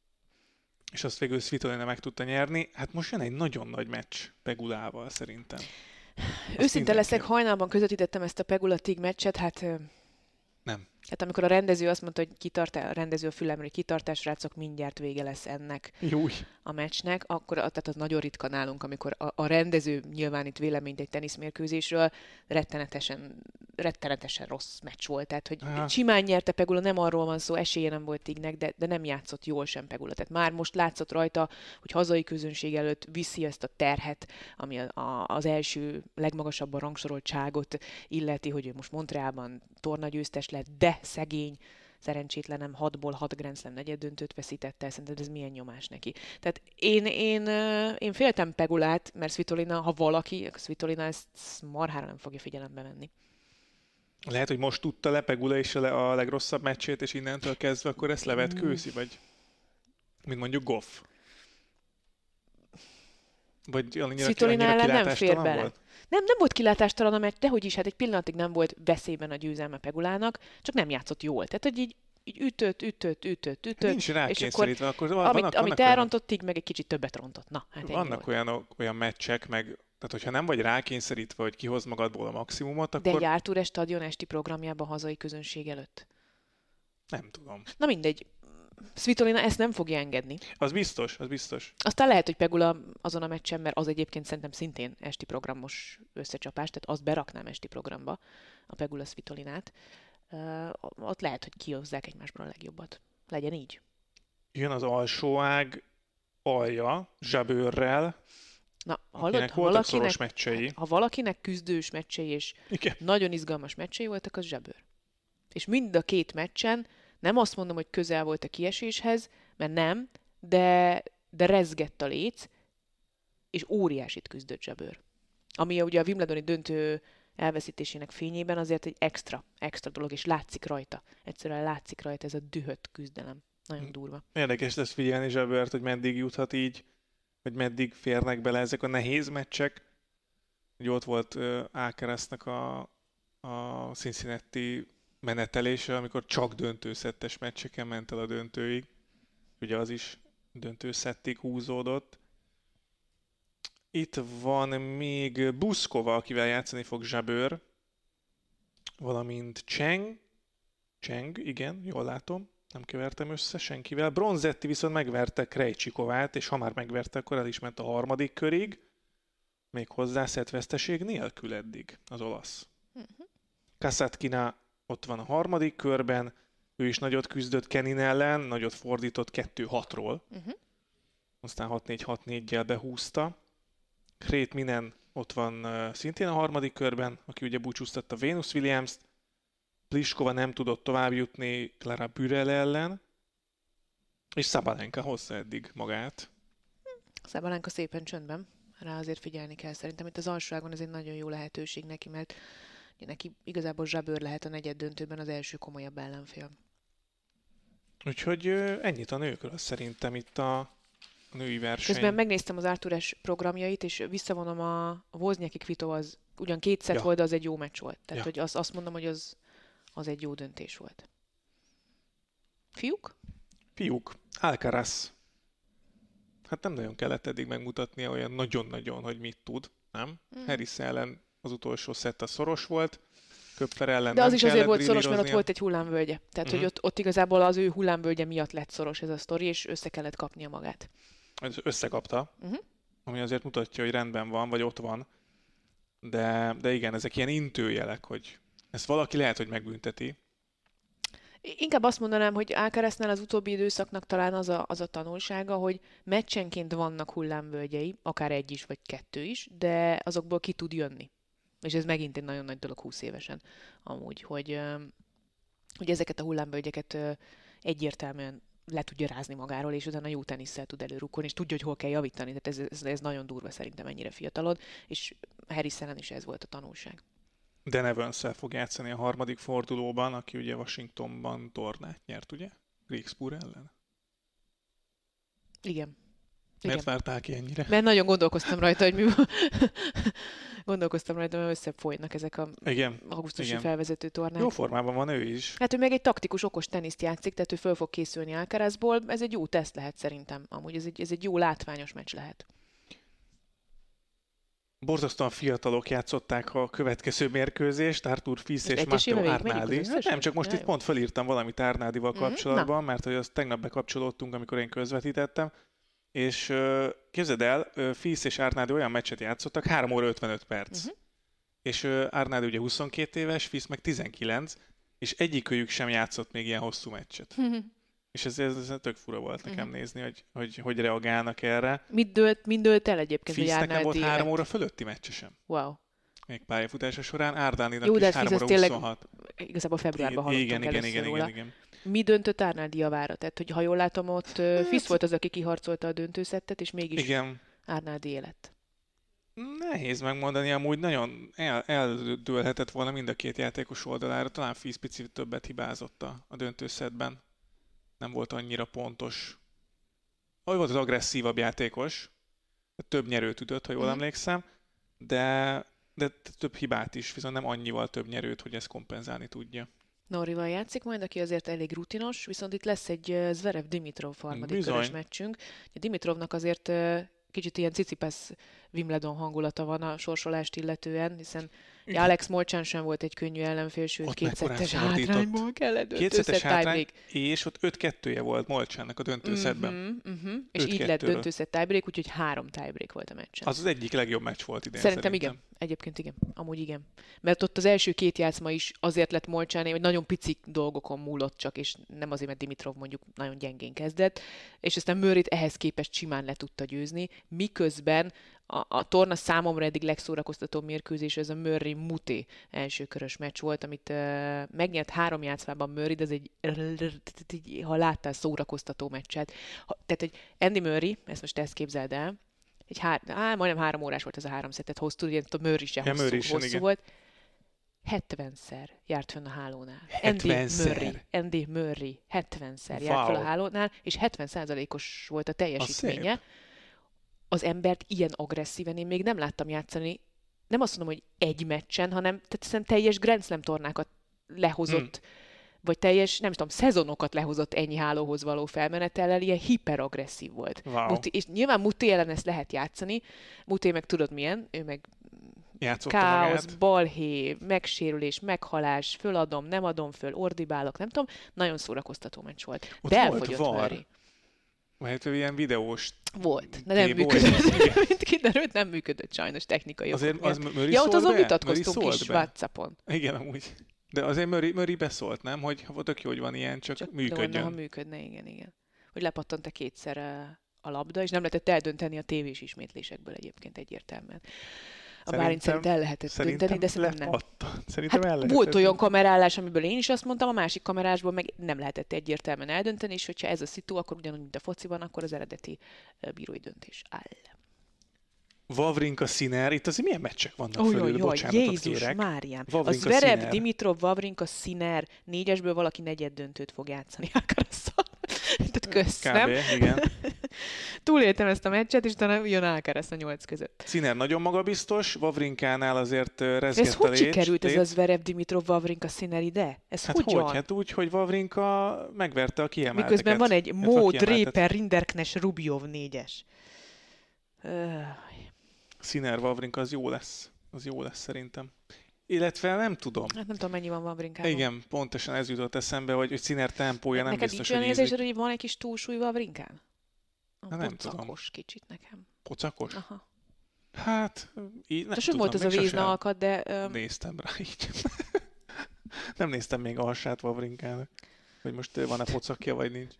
És azt végül Svitolina meg tudta nyerni. Hát most jön egy nagyon nagy meccs Pegulával szerintem. Azt Őszinte leszek, hajnalban közvetítettem ezt a Pegula-Tig meccset, hát... Nem. Hát amikor a rendező azt mondta, hogy kitartás, a rendező a fülemre, hogy kitartás, rácok, mindjárt vége lesz ennek Júj. a meccsnek, akkor tehát az nagyon ritka nálunk, amikor a, a rendező nyilvánít véleményt egy teniszmérkőzésről, rettenetesen, rettenetesen rossz meccs volt. Tehát, hogy Aha. simán nyerte Pegula, nem arról van szó, esélye nem volt Tignek, de, de nem játszott jól sem Pegula. Tehát már most látszott rajta, hogy hazai közönség előtt viszi ezt a terhet, ami a, a, az első legmagasabban rangsoroltságot illeti, hogy ő most Montrealban tornagyőztes lett, de szegény, szerencsétlenem hatból hat Grand Slam negyeddöntőt veszítette, szerinted ez milyen nyomás neki. Tehát én, én, én féltem Pegulát, mert Svitolina, ha valaki, Svitolina ezt marhára nem fogja figyelembe venni. Lehet, hogy most tudta le Pegula is a legrosszabb meccsét, és innentől kezdve akkor ezt levetkőzi, mm. vagy mint mondjuk Goff. Vagy annyira, Svitolina annyira ellen nem fér bele. Volt? Nem, nem volt kilátástalan a meccs, dehogy is, hát egy pillanatig nem volt veszélyben a győzelme Pegulának, csak nem játszott jól. Tehát, hogy így, így ütött, ütött, ütött, ütött. Nincs rákényszerítve, akkor, akkor amit, vannak, amit elrontott, így meg egy kicsit többet rontott. Na, hát vannak olyan, olyan meccsek, meg, tehát hogyha nem vagy rákényszerítve, hogy kihoz magadból a maximumot, akkor... De egy Arthur stadion esti programjában hazai közönség előtt? Nem tudom. Na mindegy. Svitolina ezt nem fogja engedni. Az biztos, az biztos. Aztán lehet, hogy Pegula azon a meccsen, mert az egyébként szerintem szintén esti programos összecsapás, tehát azt beraknám esti programba, a Pegula Svitolinát. Uh, ott lehet, hogy kihozzák egymásból a legjobbat. Legyen így. Jön az alsó ág alja, Zsabőrrel, Na, hallod, ha voltak szoros meccsei. Ha valakinek küzdős meccsei és Igen. nagyon izgalmas meccsei voltak, az Zsabőr. És mind a két meccsen nem azt mondom, hogy közel volt a kieséshez, mert nem, de, de rezgett a léc, és óriásit küzdött Zsabőr. Ami ugye a Wimbledoni döntő elveszítésének fényében azért egy extra, extra dolog, és látszik rajta. Egyszerűen látszik rajta ez a dühött küzdelem. Nagyon durva. Érdekes lesz figyelni Zsabőrt, hogy meddig juthat így, hogy meddig férnek bele ezek a nehéz meccsek. Hogy ott volt uh, Alcaraznak a, a Cincinnati menetelése, amikor csak döntőszettes meccseken ment el a döntőig. Ugye az is döntőszettig húzódott. Itt van még Buszkova, akivel játszani fog Zsabőr, valamint Cheng. Cheng, igen, jól látom, nem kevertem össze senkivel. Bronzetti viszont megverte Krejcsikovát, és ha már megverte, akkor el is ment a harmadik körig, még hozzá szettveszteség nélkül eddig az olasz. Uh-huh. Kasatkina ott van a harmadik körben, ő is nagyot küzdött Kenin ellen, nagyot fordított kettő hatról. Uh-huh. Aztán hat négy hat négyel behúzta. Krét Minen ott van uh, szintén a harmadik körben, aki ugye búcsúztatta Venus Williams-t. Pliskova nem tudott tovább jutni Clara Burel ellen. És Sabalenka hozza eddig magát. Sabalenka szépen csöndben. Rá azért figyelni kell szerintem. Itt az alsóágon ez egy nagyon jó lehetőség neki, mert Neki igazából Zsabőr lehet a negyed döntőben az első komolyabb ellenfél. Úgyhogy ennyit a nőkről szerintem itt a női verseny. Közben megnéztem az Artures programjait, és visszavonom a, a Wozniacki Kvitov, az ugyan két szett Ja. volt, de az egy jó meccs volt. Tehát, Ja. hogy azt, azt mondom, hogy az, az egy jó döntés volt. Fiúk? Fiúk, Alcaraz. Hát nem nagyon kellett eddig megmutatnia olyan nagyon-nagyon, hogy mit tud, nem? Mm. Harris ellen az utolsó szett a szoros volt, Köpfer ellen De nem az is azért volt szoros, mert ott brillíroznia. volt egy hullámvölgye. Tehát, uh-huh. hogy ott, ott igazából az ő hullámvölgye miatt lett szoros ez a sztori, és össze kellett kapnia magát. Ez összekapta, uh-huh. ami azért mutatja, hogy rendben van, vagy ott van. De, de igen, ezek ilyen intőjelek, hogy ezt valaki lehet, hogy megbünteti. Inkább azt mondanám, hogy Alcaraznál az utóbbi időszaknak talán az a, az a tanulsága, hogy meccsenként vannak hullámvölgyei, akár egy is, vagy kettő is, de azokból ki tud jönni. És ez megint egy nagyon nagy dolog húsz évesen amúgy, hogy, hogy ezeket a hullámvölgyeket egyértelműen le tudja rázni magáról, és utána jó tenisszel tud előrukkolni, és tudja, hogy hol kell javítani. Tehát ez, ez, ez nagyon durva szerintem, ennyire fiatalod, és Harris ellen is ez volt a tanulság. Dan Evans-szel fog játszani a harmadik fordulóban, aki ugye Washingtonban tornát nyert, ugye? Griegspoor ellen. Igen. Miért Igen. vártál ki ennyire? Mert nagyon gondolkoztam rajta, hogy mi gondolkoztam rajta, mert összefolynak ezek a Igen. augusztusi Igen. felvezető tornák. Jó formában van ő is. Hát ő meg egy taktikus, okos teniszt játszik, tehát ő föl fog készülni Alcarazból. Ez egy jó teszt lehet szerintem. Amúgy ez egy, ez egy jó látványos meccs lehet. Borzasztóan fiatalok játszották a következő mérkőzést, Arthur Fils és Matteo Arnaldi. Hát nem, csak most ja, itt pont felírtam valamit Arnaldival Mhm, kapcsolatban, mert hogy azt tegnap bekapcsolódtunk, amikor én közvetítettem, és uh, képzeld el, uh, Fils és Arnaldi olyan meccset játszottak, három óra ötvenöt perc. Uh-huh. És uh, Arnaldi ugye huszonkettő éves, Fils meg tizenkilenc, és egyikőjük sem játszott még ilyen hosszú meccset. Uh-huh. És ez, ez, ez tök fura volt nekem Uh-huh. nézni, hogy, hogy hogy reagálnak erre. Mit dőlt, mind dőlt el egyébként, hogy Fils nekem Arnaldi volt három élet? óra fölötti meccse sem. Wow. Még pályafutása során, Arnaldinak Jó, de is ez három Fils óra tényleg huszonhat. igazából februárban hallottunk Igen, igen, először igen, róla. igen, igen. Mi döntött Arnaldi javára? Tehát, hogy ha jól látom, ott hát... Fils volt az, aki kiharcolta a döntőszettet, és mégis Igen. Arnaldi élet. Nehéz megmondani, amúgy nagyon el, eldőlhetett volna mind a két játékos oldalára. Talán Fils picit többet hibázott a, a döntőszetben. Nem volt annyira pontos. Ahogy volt az agresszívabb játékos. Több nyerőt ütött, ha jól Mhm. emlékszem. De, de több hibát is, viszont nem annyival több nyerőt, hogy ezt kompenzálni tudja. Norival játszik majd, aki azért elég rutinos, viszont itt lesz egy uh, Zverev-Dimitrov harmadik Bizony. körös meccsünk. A Dimitrovnak azért uh, kicsit ilyen Tsitsipas Wimbledon hangulata van a sorsolást illetően, hiszen Igen. Alex Molcsán sem volt egy könnyű ellenfél, sőt Ott kétszettes mekkorát fordított. hátrányból kellett Kétszetes döntőszett hátrány, tiebreak. és ott öt kettője volt Molcsának a döntőszetben. Uh-huh, uh-huh. És öt így lett kettőről. döntőszett tiebreak, úgyhogy három tiebreak volt a meccsen. Az az egyik legjobb meccs volt idén. Szerintem, szerintem igen. Egyébként igen. Amúgy igen. Mert ott az első két játszma is azért lett Molcsáné, hogy nagyon pici dolgokon múlott csak, és nem azért, mert Dimitrov mondjuk nagyon gyengén kezdett, és aztán Murrayt ehhez képest simán le tudta győzni, miközben a, a torna számomra eddig legszórakoztatóbb mérkőzés, ez a Murray-Muté elsőkörös meccs volt, amit uh, megnyert három játszmában Murray, de ez egy, ha láttál, szórakoztató meccset. Ha, tehát, hogy Andy Murray, ezt most ezt képzeld el, egy hár, á, majdnem három órás volt ez a három szettet hosszú, ugye a Murray sem Ja, hosszú, Murray sem, hosszú igen. volt. hetvenszer járt fönn a hálónál. hetvenszer? Andy Murray, Andy Murray hetvenszer Wow. járt fel a hálónál, és hetven százalékos volt a teljesítménye. szép. Az embert ilyen agresszíven én még nem láttam játszani. Nem azt mondom, hogy egy meccsen, hanem tehát szerintem teljes Grand Slam tornákat lehozott, hmm. vagy teljes, nem tudom, szezonokat lehozott ennyi hálóhoz való felmenetellel, ilyen hiperagresszív volt. Wow. Muti, és nyilván Muté ellen ezt lehet játszani. Muté meg tudod milyen, ő meg Játszotta káosz, magát. balhé, megsérülés, meghalás, föladom, nem adom föl, ordibálok, nem tudom, nagyon szórakoztató meccs volt. Ott De volt elfogyott var. Murray. Mert ő ilyen videós Volt, de nem Téboly. működött. Mint kiderült, nem működött sajnos technikai Azért okok az miatt. Murray Ja, ott szólt azon be? vitatkoztunk Murray is szólt be? WhatsAppon. Igen, amúgy. De azért Murray, Murray beszólt, nem? Hogy ha tök jó, hogy van ilyen, csak, Csak de működjön. ha működne, igen, igen. Hogy lepattant-e kétszer eh, a labda, és nem lehetett eldönteni a tévés ismétlésekből egyébként egyértelműen. A Bálint szerint el lehetett szerintem dönteni, de szerintem nem. lepattant. Szerintem el Hát lehetett. volt olyan kamerálás, amiből én is azt mondtam, a másik kamerásból meg nem lehetett egyértelműen eldönteni, és hogyha ez a szitu, akkor ugyanúgy, mint a fociban, akkor az eredeti eh, bírói döntés áll. Wawrinka Sinner, itt azért milyen meccsek vannak Oly, fölül, oly, oly, bocsánatot Jézus kérek. Máriám. A Wawrinka Zverev, Sinner. Dimitrov, Wawrinka, Sinner, négyesből valaki negyed döntőt fog játszani Alcarazzal. Tehát kösz, Kb. nem? Igen. Túléltem ezt a meccset, és utána jön Alcaraz a nyolc között. Sinner nagyon magabiztos, Wawrinkánál azért ö, Ez rezgett a hogy lét. sikerült ez lét. a Zverev, Dimitrov, Wawrinka, Sinner ide? Ez Hát hogyan? hogy? Hát úgy, hogy Wawrinka megverte a kiemelteket. Miközben van egy illetve Mo, a kiemeltet. Draper, Rinderknecht, Rubjov négyes. Öh. Sinner, Wawrinka, az jó lesz. Az jó lesz szerintem. Illetve nem tudom. Hát nem tudom, mennyi van Wawrinkában. Igen, pontosan ez jutott eszembe, hogy, hogy Sinner tempója nem Neked biztos, nincs olyan hogy érzésed, ízlik. hogy van egy kis túlsúly Wawrinkán? Na, nem tudom. Pocakos kicsit nekem. Pocakos? Aha. Hát, így nem De sem tudom. volt az a még sosem vézna alkat, de... Um, Néztem rá így. Nem néztem még a hasát Wawrinkának, hogy most ö, van-e pocakja, vagy nincs.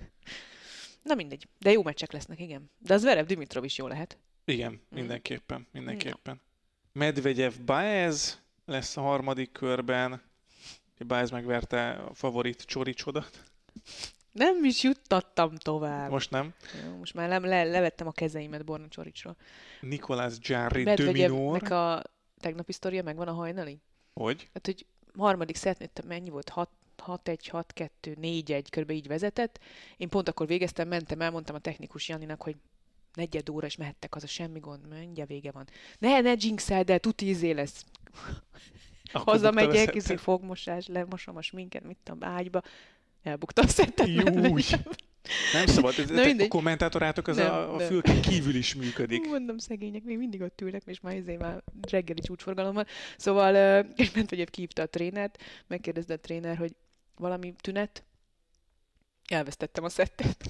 na mindegy. De jó meccsek lesznek, igen. De az Zverev, Dimitrov is jó lehet. Igen, mindenképpen, mindenképpen. Medvegyev Baez lesz a harmadik körben. Baez megverte a favorit Csoricsodot. Nem is juttattam tovább. Most nem. Jó, most már le, le, levettem a kezeimet Borna Csoricsról. Nicolás Jarry Medvegyevnek Dominor. a tegnapi sztoria megvan a hajnali? Hogy? Hát, hogy harmadik szetnél mennyi volt? hat egy, hat kettő, négy egy, körülbelül így vezetett. Én pont akkor végeztem, mentem, elmondtam a technikus Janinak, hogy negyed óra, és mehettek haza, semmi gond, mindjárt vége van. Ne, ne jinxeld el, tuti izé lesz. Akkor Hazamegyek, bukta a izé szettet. fogmosás, lemosom a sminket, mit tudom, ágyba. Elbukta a szettet. Júj! Nem szabad, ez, Na a mindegy. kommentátorátok az Nem, a, a nem. fülken kívül is működik. Mondom, szegények, még mindig ott ülnek, és már izé már reggeli csúcsforgalom van. Szóval, uh, és Medvegyev kihívta a trénert, megkérdezte a tréner, hogy valami tünet, elvesztettem a szettet.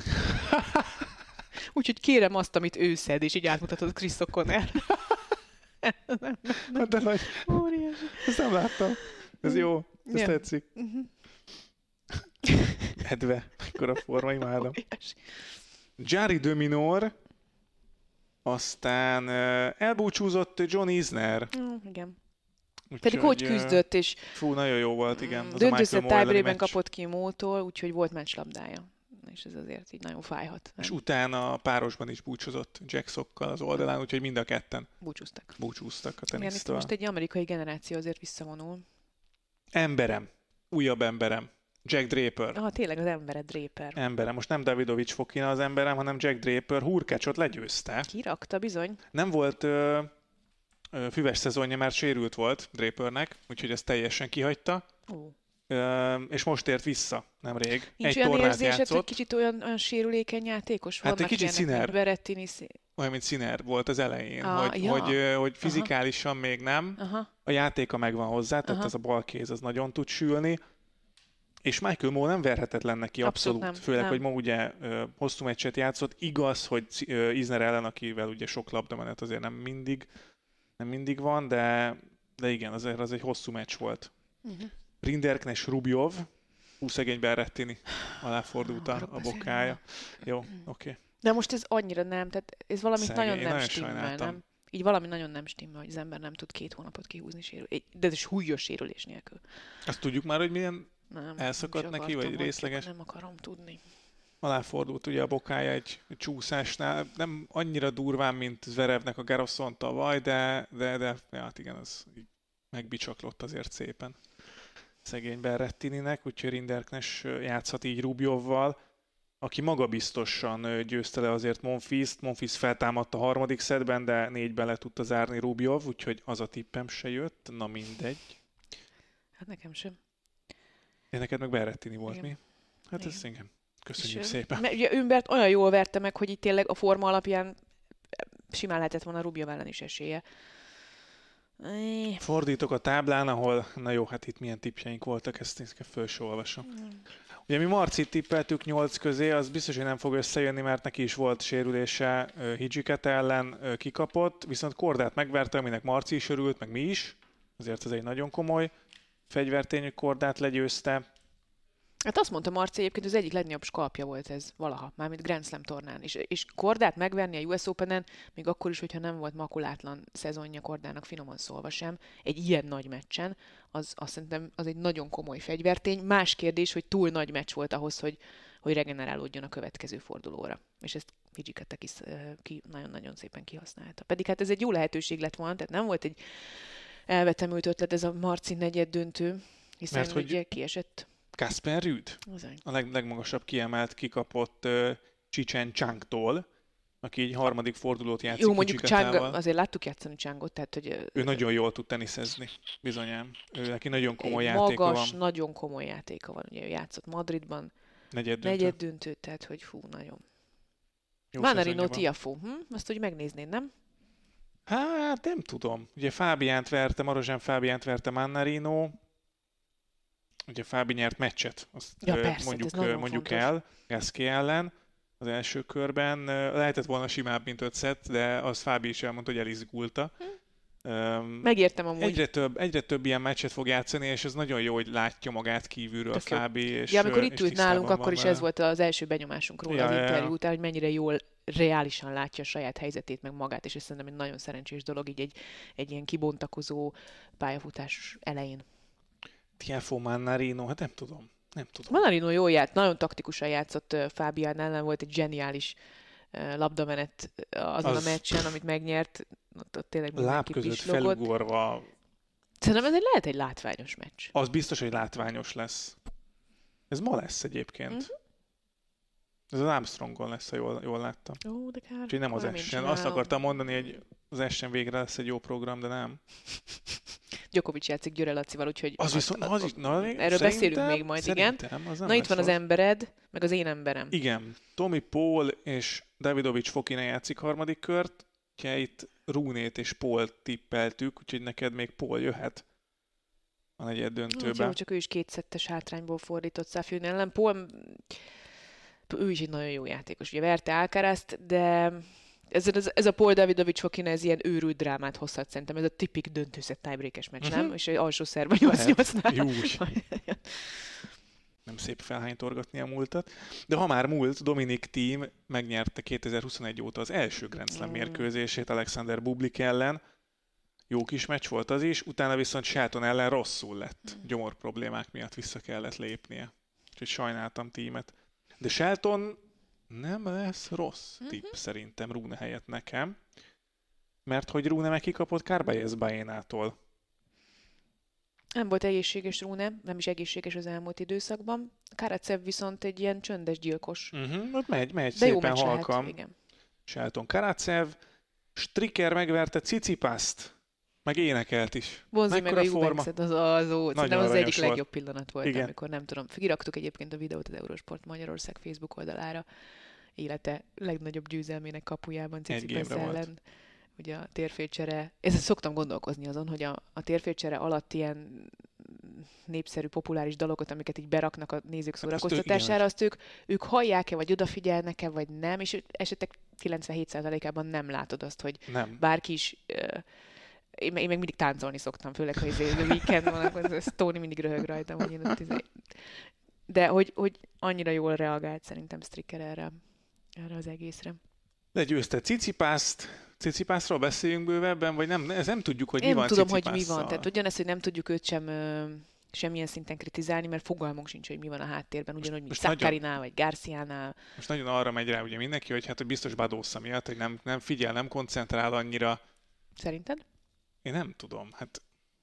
Úgyhogy kérem azt, amit ő szed, és így átmutatod Chris O'Connell. Hát de nagy, Óriási. ezt nem láttam. Ez jó, ez Ja. tetszik. Uh-huh. Edve, akkor a forma, imádom. Óriási. Jarry Dominor, aztán uh, elbúcsúzott John Isner. Mm, igen. Úgyhogy, Pedig hogy ö, küzdött, és Fú, nagyon jó volt, igen. Az a döntőszett Michael Moore elleni tiebreakben meccs. kapott ki Mótól, úgyhogy volt meccslabdája. És ez azért így nagyon fájhat. És Nem? utána párosban is búcsúzott Jack Sockkal az oldalán, úgyhogy mind a ketten Búcsúztak. búcsúztak a Igen, itt tenisztől. most egy amerikai generáció azért visszavonul. Emberem, újabb emberem, Jack Draper. Ah, tényleg az embered Draper. Emberem, most nem Davidovics Fokina az emberem, hanem Jack Draper Hurkácsot legyőzte. Kirakta bizony. Nem volt ö, ö, füves szezonja, mert sérült volt Drapernek, úgyhogy ezt teljesen kihagyta. Ó. Ö, és most ért vissza nemrég. Nincs Egy olyan tornát érzésed, hogy játszott, kicsit olyan, olyan sérülékeny játékos? Hát egy Vannak kicsit ilyenek, mint Sinner. Berrettini. szí- olyan, mint Sinner volt az elején, Ah, hogy, ja. hogy, ö, hogy fizikálisan még nem, Aha. a játéka megvan hozzá, tehát Aha. ez a bal kéz az nagyon tud sülni, és Michael Moore nem verhetetlen neki abszolút, Abszolút nem, főleg, nem. hogy ma ugye ö, hosszú meccset játszott, igaz, hogy ö, Isner ellen, akivel ugye sok labdamenet azért nem mindig, nem mindig van, de, de igen, azért az egy hosszú meccs volt. Uh-huh. Rinderknecht Rubjov, hú, szegény Berrettini, aláfordult a, Akarok a beszélni bokája. Jó, oké. Okay. De most ez annyira nem, tehát ez valami Szegény, nagyon én nem nagyon stimmel, sajnáltam. nem? Így valami nagyon nem stimmel, hogy az ember nem tud két hónapot kihúzni sérül. De ez is súlyos sérülés nélkül. Azt tudjuk már, hogy milyen Nem, Elszakadt nem is neki, akartam, vagy hogy részleges? Nem akarom tudni. aláfordult ugye a bokája egy csúszásnál, nem annyira durván, mint Zverevnek a Garrosson tavaly, de, de, de ja, hát igen, az így megbicsaklott azért szépen szegény Berrettininek, úgyhogy Rinderknecht játszhat így Rubjovval, aki magabiztosan győzte le azért Monfils-t. Monfils feltámadt a harmadik szettben, de négyben le tudta zárni Rubjov, úgyhogy az a tippem se jött, na mindegy. Hát nekem sem. Én neked meg Berrettini volt, Igen. mi? Hát Igen. ez igen. Köszönjük És, szépen. Mert ugye Ümbert olyan jól verte meg, hogy itt tényleg a forma alapján simán lehetett volna Rubjov ellen is esélye. Fordítok a táblán, ahol, na jó, hát itt milyen tippjeink voltak, ezt én föl se olvasom. Ugye mi Marcit tippeltük nyolc közé, az biztos, hogy nem fog összejönni, mert neki is volt sérülése Hidžiket ellen, kikapott, viszont Kordát megverte, aminek Marci is örült, meg mi is, azért ez egy nagyon komoly fegyvertényű, Kordát legyőzte. Hát azt mondta Marci, egyébként az egyik legnagyobb skalpja volt ez valaha, mármint Grand Slam tornán. És, és Kordát megverni a U S Openen, még akkor is, hogyha nem volt makulátlan szezonja Kordának, finoman szólva sem, egy ilyen nagy meccsen, az azt szerintem az egy nagyon komoly fegyvertény. Más kérdés, hogy túl nagy meccs volt ahhoz, hogy, hogy regenerálódjon a következő fordulóra. És ezt Hidegkurat ki, nagyon-nagyon szépen kihasználta. Pedig hát ez egy jó lehetőség lett volna, tehát nem volt egy elvetemült ötlet ez a Marcin negyed döntő, hiszen Mert hogy ugye kiesett. Kasper Ruud, a leg, legmagasabb kiemelt kikapott uh, Csicsen Csangtól, aki egy harmadik fordulót játszik. Jó, mondjuk Csang, azért láttuk játszani Csangot, tehát hogy... Ő nagyon jól tud teniszezni, bizonyám. Ő neki nagyon komoly játéka magas, van. nagyon komoly játéka van. Ugye ő játszott Madridban, negyed döntő, negyed döntő tehát hogy fú, nagyon. Jó Mannarino Tiafoe, hm? Azt úgy megnéznéd, nem? Hát nem tudom. Ugye Fábiánt verte, Marozsán Fábiánt verte Mannarino. Ugye Fábi nyert meccset, azt ja, persze, mondjuk, mondjuk fontos. el Gasquet ellen az első körben. Lehetett volna simább, mint öt szett, de az Fábi is elmondta, hogy elizgulta. Hm. Um, Megértem amúgy. Egyre több, egyre több ilyen meccset fog játszani, és ez nagyon jó, hogy látja magát kívülről Tök Fábi. És, ja, amikor és itt ült nálunk, akkor is vele. ez volt az első benyomásunk róla ja, az interjú ja. után, hogy mennyire jól, reálisan látja a saját helyzetét, meg magát, és ez szerintem egy nagyon szerencsés dolog így egy, egy ilyen kibontakozó pályafutás elején. Tiafoe, Mannarino, hát nem tudom. Nem tudom. Mannarino jól járt, nagyon taktikusan játszott Fábián ellen, volt egy zseniális labdamenet azon az... a meccsen, amit megnyert. Ott, ott tényleg láb között felugorva. Szerintem ez egy, lehet egy látványos meccs. Az biztos, hogy látványos lesz. Ez ma lesz egyébként. Mm-hmm. Ez az Armstrongon lesz, ha jól, jól láttam. Ó, de kár. Úgyhogy nem az Essen. Azt akartam mondani, hogy az Essen végre lesz egy jó program, de nem. Djokovic játszik Győre Lacival, úgyhogy... Az viszont... Az, az, na, erről beszélünk még majd, igen. Na itt van az embered, meg az én emberem. Igen. Tommy Paul és Davidovic Fokina játszik harmadik kört. Úgyhogy itt Runét és Paul tippeltük, úgyhogy neked még Paul jöhet a negyed döntőben. Jó, csak ő is kétszettes hátrányból fordított Safin ellen. Paul, ő is egy nagyon jó játékos. Ugye verte Alcarazt, de ez, ez, ez a Paul Davidovic Fokina, ez ilyen őrült drámát hozhat szerintem. Ez a tipik döntőzett tiebreakes meccs, uh-huh. nem? És egy alsó szerben nyolc nyolcnál. Jó. Nem szép felhánytorgatni a múltat. De ha már múlt, Dominic Thiem megnyerte kétezer-huszonegy óta az első Grand Slam mm. mérkőzését Alexander Bublik ellen. Jó kis meccs volt az is, utána viszont Shelton ellen rosszul lett. Mm. Gyomor problémák miatt vissza kellett lépnie. Úgyhogy sajnáltam Thiemet. De Shelton nem lesz rossz tipp mm-hmm. szerintem Rune helyett nekem. Mert hogy Rune meg kikapott Carballes Baenától. Nem volt egészséges Rune, nem is egészséges az elmúlt időszakban. Karatsev viszont egy ilyen csöndes gyilkos. Uh-huh, ott megy, megy de szépen halkan. Shelton Karatsev. Stricker megverte Tsitsipast. Meg énekelt is. Bonzi meg a Juventus-et, az az ó. Szerintem az, az egyik volt. legjobb pillanat volt, igen. amikor nem tudom. Kiraktuk egyébként a videót az Eurosport Magyarország Facebook oldalára. Élete legnagyobb győzelmének kapujában Tsitsipas ellen. Volt. Ugye a térfélcsere, ezt szoktam gondolkozni azon, hogy a, a térfélcsere alatt ilyen népszerű, populáris dalokat, amiket így beraknak a nézők szórakoztatására, azt ők, ők hallják-e, vagy odafigyelnek-e, vagy nem, és esetek kilencvenhét százalékában nem látod azt, hogy nem. bárki is... Uh, én, én meg mindig táncolni szoktam, főleg, ha izé a weekend van, akkor Tony mindig röhög rajtam, hogy én ott izé... De hogy, hogy annyira jól reagált szerintem Stricker erre, erre az egészre. Legyőzte Tsitsipast. Tsitsipasról beszéljünk bővebben, vagy nem? Ez nem tudjuk, hogy én mi van tudom, Tsitsipasszal. hogy mi van. Tehát ugyanez, hogy nem tudjuk őt sem ö, semmilyen szinten kritizálni, mert fogalmunk sincs, hogy mi van a háttérben, ugyanúgy, mint Saccarinál, vagy Garciánál. Most nagyon arra megy rá ugye mindenki, hogy hát hogy biztos Badosa miatt, hogy nem, nem figyel, nem koncentrál annyira. Szerinted? Én nem tudom. Hát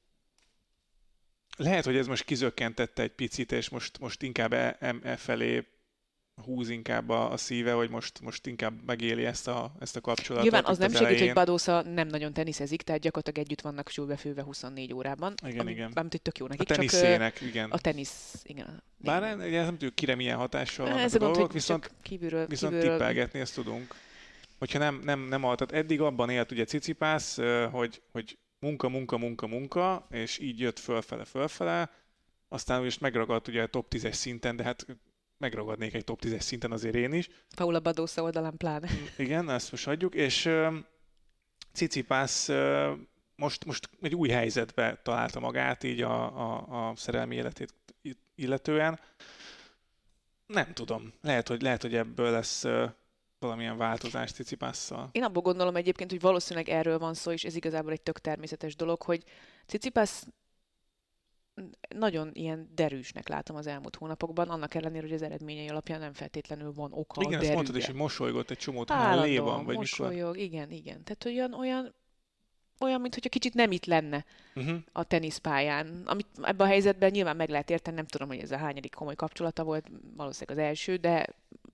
lehet, hogy ez most kizökkentette egy picit, és most, most inkább e, e, e felé húz inkább a, a szíve, hogy most, most inkább megéli ezt a, ezt a kapcsolatot. Nyilván az nem segít, elején. Hogy Badosa nem nagyon teniszezik, tehát gyakorlatilag együtt vannak súlybefüve huszonnégy órában. Igen, ami, igen. Amit hogy tök jó nekik. A teniszének, csak, igen. A tenisz, igen. Bár nem, nem tudjuk, kire milyen hatással vannak ez a dolgok, gond, viszont, kívülről, viszont kívülről... tippelgetni ezt tudunk. Hogyha nem, nem, nem altat. Eddig abban élt ugye Tsitsipas, hogy, hogy munka, munka, munka, munka, és így jött fölfele, fölfele. Aztán most megragadt ugye a top tízes szinten, de hát megragadnék egy top tízes szinten azért én is. Paula Badosa oldalán pláne. Igen, ezt most adjuk, és uh, Tsitsipas uh, most, most egy új helyzetbe találta magát így a, a, a szerelmi életét illetően. Nem tudom, lehet, hogy, lehet, hogy ebből lesz uh, valamilyen változás Tsitsipasszal. Én abból gondolom egyébként, hogy valószínűleg erről van szó, és ez igazából egy tök természetes dolog, hogy Tsitsipas nagyon ilyen derűsnek látom az elmúlt hónapokban, annak ellenére, hogy az eredményei alapján nem feltétlenül van oka Igen, a ezt derűre. mondtad is, hogy mosolygott egy csomót Állandóan Halléban, vagy mosolyog, mikor. igen, igen. Tehát olyan, olyan, olyan mintha kicsit nem itt lenne Uh-huh. a teniszpályán. Amit ebben a helyzetben nyilván meg lehet érteni, nem tudom, hogy ez a hányadik komoly kapcsolata volt, valószínűleg az első, de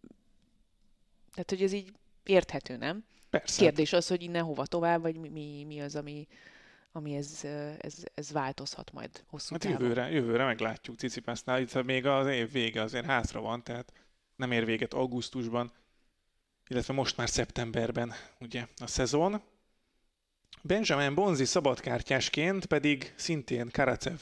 tehát, hogy ez így érthető, nem? Persze. Kérdés az, hogy innen hova tovább, vagy mi, mi, mi az, ami, ami ez, ez, ez változhat majd hosszú Hát távon. jövőre, jövőre meglátjuk Cicipasnál. Itt még az év vége azért hátra van, tehát nem ér véget augusztusban, illetve most már szeptemberben ugye a szezon. Benjamin Bonzi szabadkártyásként pedig szintén Karacev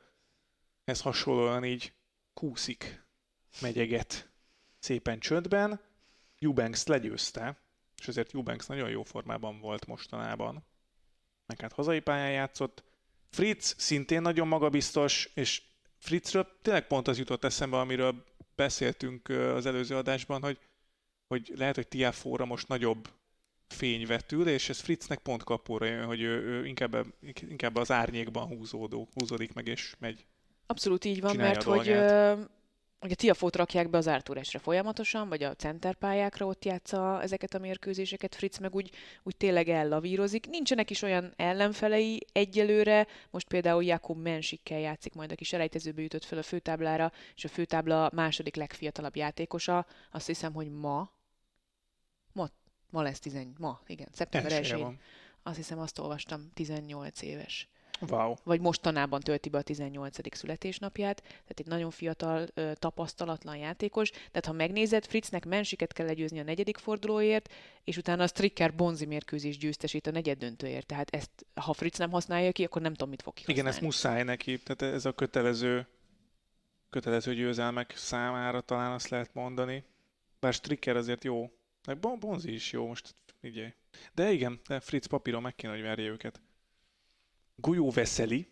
ez hasonlóan így kúszik, megyeget szépen csöndben. Eubanks legyőzte, és ezért Eubanks nagyon jó formában volt mostanában. Meg hát hazai pályán játszott. Fritz szintén nagyon magabiztos, és Fritzről tényleg pont az jutott eszembe, amiről beszéltünk az előző adásban, hogy, hogy lehet, hogy Tiafóra most nagyobb fény vetül, és ez Fritznek pont kapóra jön, hogy ő, ő inkább, inkább az árnyékban húzódó, húzódik meg, és megy. Abszolút így van, Csinálja mert a hogy, dolgát. ö, hogy a Tiafót rakják be az Arturesre folyamatosan, vagy a centerpályákra ott játsza ezeket a mérkőzéseket, Fritz meg úgy, úgy tényleg ellavírozik. Nincsenek is olyan ellenfelei egyelőre, most például Jakub Mensikkel játszik majd, aki selejtezőbe jutott fel a főtáblára, és a főtábla második legfiatalabb játékosa, azt hiszem, hogy ma, ma, ma lesz tizenegy, ma, igen, szeptember Elsője elsején. van. Azt hiszem, azt olvastam, tizennyolc éves. Wow. Vagy mostanában tölti be a tizennyolcadik születésnapját, tehát egy nagyon fiatal, ö, tapasztalatlan játékos. Tehát ha megnézed, Fritznek Mensiket kell legyőzni a negyedik fordulóért, és utána a Stricker Bonzi mérkőzés győztesít a negyeddöntőért. Tehát ezt, ha Fritz nem használja ki, akkor nem tudom, mit fog kihasználni. Igen, ezt muszáj neki, tehát ez a kötelező, kötelező győzelmek számára talán azt lehet mondani. Bár Stricker azért jó, meg Bon- Bonzi is jó, most figyelj. De igen, de Fritz papíron meg kéne, hogy verje őket. Gulyó Veszeli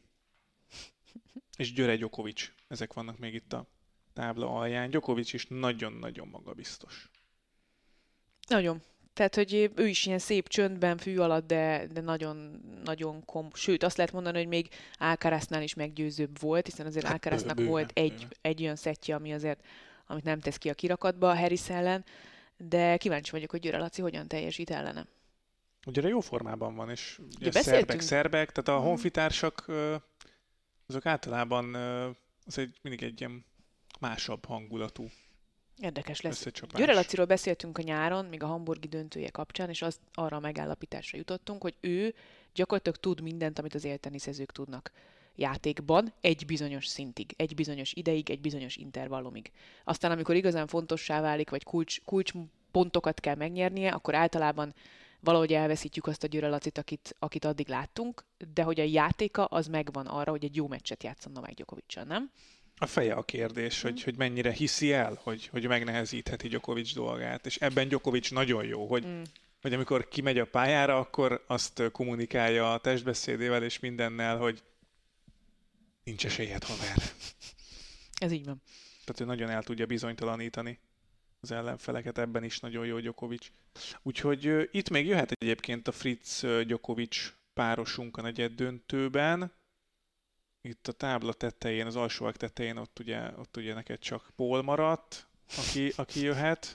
és Györe Gyokovics. Ezek vannak még itt a tábla alján. Gyokovics is nagyon-nagyon magabiztos. Nagyon. Tehát, hogy ő is ilyen szép csöndben, fű alatt, de, de nagyon, nagyon kom... Sőt, azt lehet mondani, hogy még Alcaráznál is meggyőzőbb volt, hiszen azért Hát Alcaraznak bőven, volt egy, bőven. egy olyan szettje, ami azért, amit nem tesz ki a kirakatba a Harris ellen, de kíváncsi vagyok, hogy Győre Laci hogyan teljesít ellene. Ugye jó formában van, és ugye Ugye szerbek, beszéltünk? szerbek, tehát a Mhm. honfitársak ö, azok általában ö, az egy, mindig egy ilyen másabb hangulatú Érdekes lesz. összecsapás. Győre Laciról beszéltünk a nyáron, még a hamburgi döntője kapcsán, és az, arra a megállapításra jutottunk, hogy ő gyakorlatilag tud mindent, amit az élteniszezők tudnak játékban, egy bizonyos szintig, egy bizonyos ideig, egy bizonyos intervallumig. Aztán, amikor igazán fontossá válik, vagy kulcs, kulcs pontokat kell megnyernie, akkor általában valahogy elveszítjük azt a Győre Lacit, akit, akit addig láttunk, de hogy a játéka az megvan arra, hogy egy jó meccset játszon Novák Gyokovicsal, nem? A feje a kérdés, hogy, hogy mennyire hiszi el, hogy, hogy megnehezítheti Gyokovics dolgát, és ebben Gyokovics nagyon jó, hogy, Mm. hogy amikor kimegy a pályára, akkor azt kommunikálja a testbeszédével és mindennel, hogy nincs esélyed, haver. Ez így van. Tehát ő nagyon el tudja bizonytalanítani az ellenfeleket, ebben is nagyon jó Gyokovics. Úgyhogy uh, itt még jöhet egyébként a Fritz-Gyokovics párosunk a negyed döntőben. Itt a tábla tetején, az alsóak tetején ott ugye, ott ugye neked csak Paul maradt, aki, aki jöhet.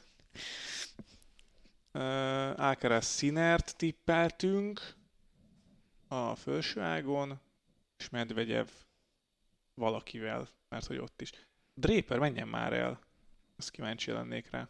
Uh, Alcaraz Sinert tippeltünk a felső ágon, és Medvegyev valakivel, mert hogy ott is. Draper, menjen már el. Azt kíváncsi lennék rá.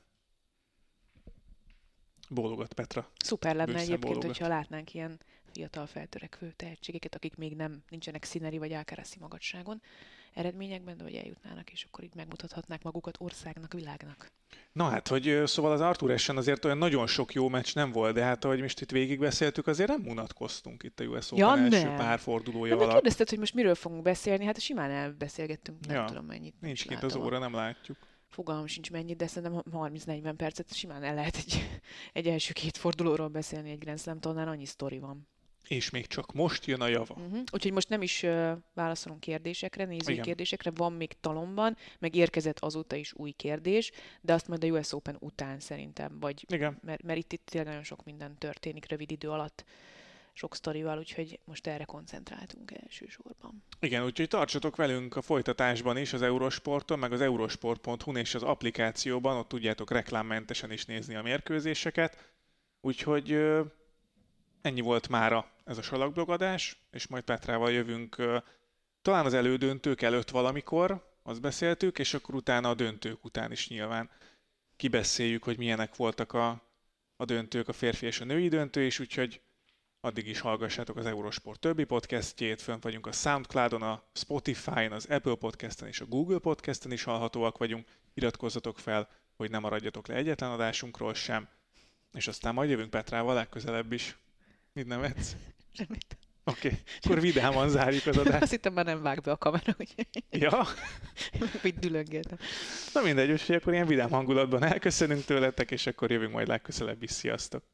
Bólogat Petra. Szuper lenne Bőszen egyébként, bólogat. hogyha látnánk ilyen fiatal feltörekvő tehetségeket, akik még nem nincsenek Sineri vagy Alcarazi magasságon eredményekben, de hogy eljutnának, és akkor így megmutathatnák magukat országnak, világnak. Na hát, hogy ö, szóval az Arthur Ashe-en azért olyan nagyon sok jó meccs nem volt, de hát ahogy most itt végigbeszéltük, azért nem unatkoztunk itt a U S Ja, Open első nem. pár fordulója De alatt. megkérdezted, hogy most miről fogunk beszélni, hát simán elbeszélgettünk, nem Ja, tudom mennyit. Nincs is kint az látom. óra, nem látjuk. Fogalmam sincs mennyit, de szerintem harminc-negyven percet simán el lehet egy, egy első két fordulóról beszélni egy Grand Slam tornán, annyi sztori van. És még csak most jön a java. Uh-huh. Úgyhogy most nem is uh, válaszolunk kérdésekre, nézői Igen. kérdésekre, van még talomban, meg érkezett azóta is új kérdés, de azt majd a U S Open után szerintem, vagy Igen. mert, mert itt, itt tényleg nagyon sok minden történik rövid idő alatt sok sztorival, úgyhogy most erre koncentráltunk elsősorban. Igen, úgyhogy tartsatok velünk a folytatásban is az Eurosporton, meg az eurosport pont hu-n és az applikációban, ott tudjátok reklámmentesen is nézni a mérkőzéseket. Úgyhogy ö, ennyi volt mára ez a salakblogadás, és majd Petrával jövünk ö, talán az elődöntők előtt valamikor, azt beszéltük, és akkor utána a döntők után is nyilván kibeszéljük, hogy milyenek voltak a, a döntők, a férfi és a női döntő is, úgyhogy addig is hallgassátok az Eurosport többi podcastjét, fönt vagyunk a Soundcloudon, a Spotify-on, az Apple Podcasten és a Google Podcasten is hallhatóak vagyunk. Iratkozzatok fel, hogy ne maradjatok le egyetlen adásunkról sem, és aztán majd jövünk Petrával legközelebb is. Mit nevetsz? Semmit. Oké, okay. Akkor vidáman zárjuk az adást. Azt hittem, már nem vág be a kamera, úgyhogy Ja? így dülöngéltem. Na mindegy, úgyhogy akkor ilyen vidám hangulatban elköszönünk tőletek, és akkor jövünk majd legközelebb is. Sziasztok!